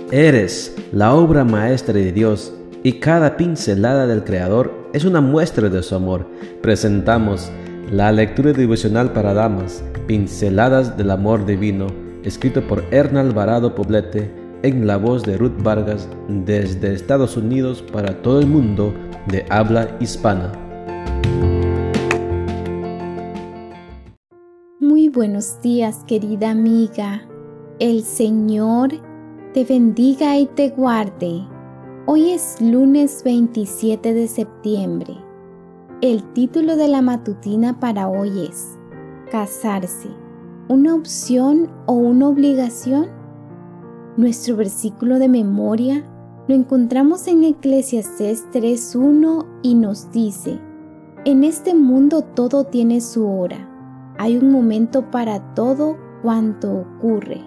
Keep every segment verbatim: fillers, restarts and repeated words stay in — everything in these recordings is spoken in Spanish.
Eres la obra maestra de Dios y cada pincelada del Creador es una muestra de su amor. Presentamos la lectura devocional para damas, Pinceladas del Amor Divino, escrito por Erna Alvarado Poblete, en la voz de Ruth Vargas, desde Estados Unidos para todo el mundo de habla hispana. Muy buenos días, querida amiga. El Señor te bendiga y te guarde. Hoy es lunes veintisiete de septiembre. El título de la matutina para hoy es ¿Casarse, una opción o una obligación? Nuestro versículo de memoria lo encontramos en Eclesiastés tres uno y nos dice: En este mundo todo tiene su hora. Hay un momento para todo cuanto ocurre.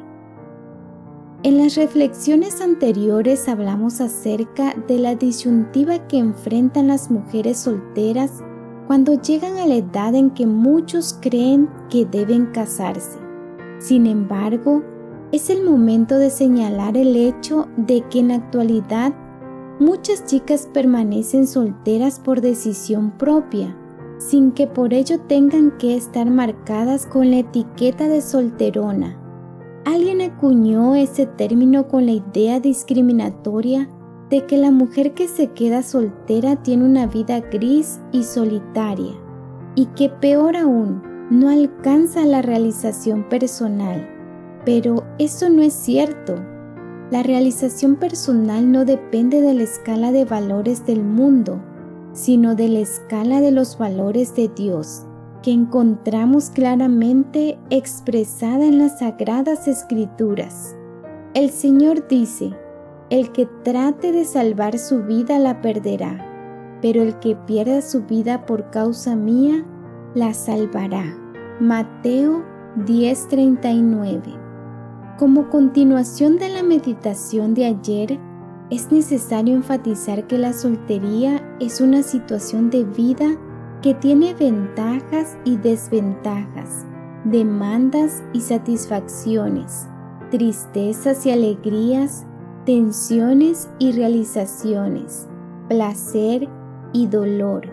En las reflexiones anteriores hablamos acerca de la disyuntiva que enfrentan las mujeres solteras cuando llegan a la edad en que muchos creen que deben casarse. Sin embargo, es el momento de señalar el hecho de que en la actualidad muchas chicas permanecen solteras por decisión propia, sin que por ello tengan que estar marcadas con la etiqueta de solterona. Alguien acuñó ese término con la idea discriminatoria de que la mujer que se queda soltera tiene una vida gris y solitaria, y que peor aún, no alcanza la realización personal. Pero eso no es cierto. La realización personal no depende de la escala de valores del mundo, sino de la escala de los valores de Dios, que encontramos claramente expresada en las Sagradas Escrituras. El Señor dice: el que trate de salvar su vida la perderá, pero el que pierda su vida por causa mía la salvará. Mateo diez treinta y nueve. Como continuación de la meditación de ayer, es necesario enfatizar que la soltería es una situación de vida que tiene ventajas y desventajas, demandas y satisfacciones, tristezas y alegrías, tensiones y realizaciones, placer y dolor,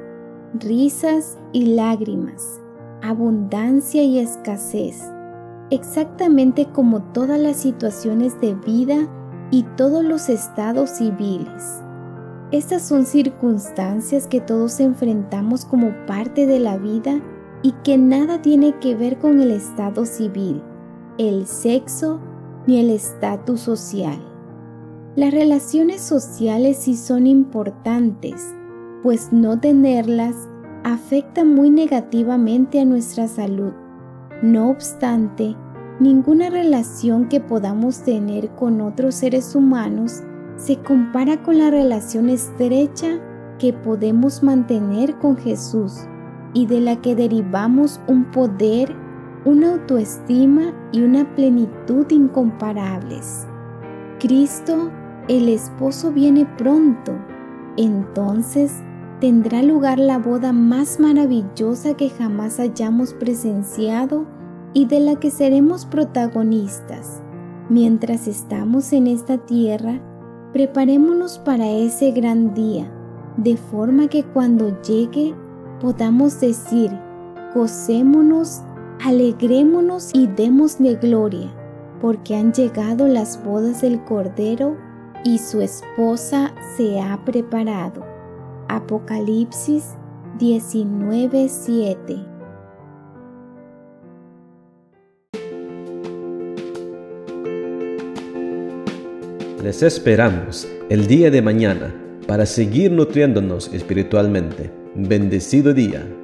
risas y lágrimas, abundancia y escasez, exactamente como todas las situaciones de vida y todos los estados civiles. Estas son circunstancias que todos enfrentamos como parte de la vida y que nada tiene que ver con el estado civil, el sexo ni el estatus social. Las relaciones sociales sí son importantes, pues no tenerlas afecta muy negativamente a nuestra salud. No obstante, ninguna relación que podamos tener con otros seres humanos se compara con la relación estrecha que podemos mantener con Jesús y de la que derivamos un poder, una autoestima y una plenitud incomparables. Cristo, el esposo, viene pronto. Entonces tendrá lugar la boda más maravillosa que jamás hayamos presenciado y de la que seremos protagonistas. Mientras estamos en esta tierra, preparémonos para ese gran día, de forma que cuando llegue podamos decir: gocémonos, alegrémonos y démosle gloria, porque han llegado las bodas del Cordero y su esposa se ha preparado. Apocalipsis diecinueve siete. Les esperamos el día de mañana para seguir nutriéndonos espiritualmente. Bendecido día.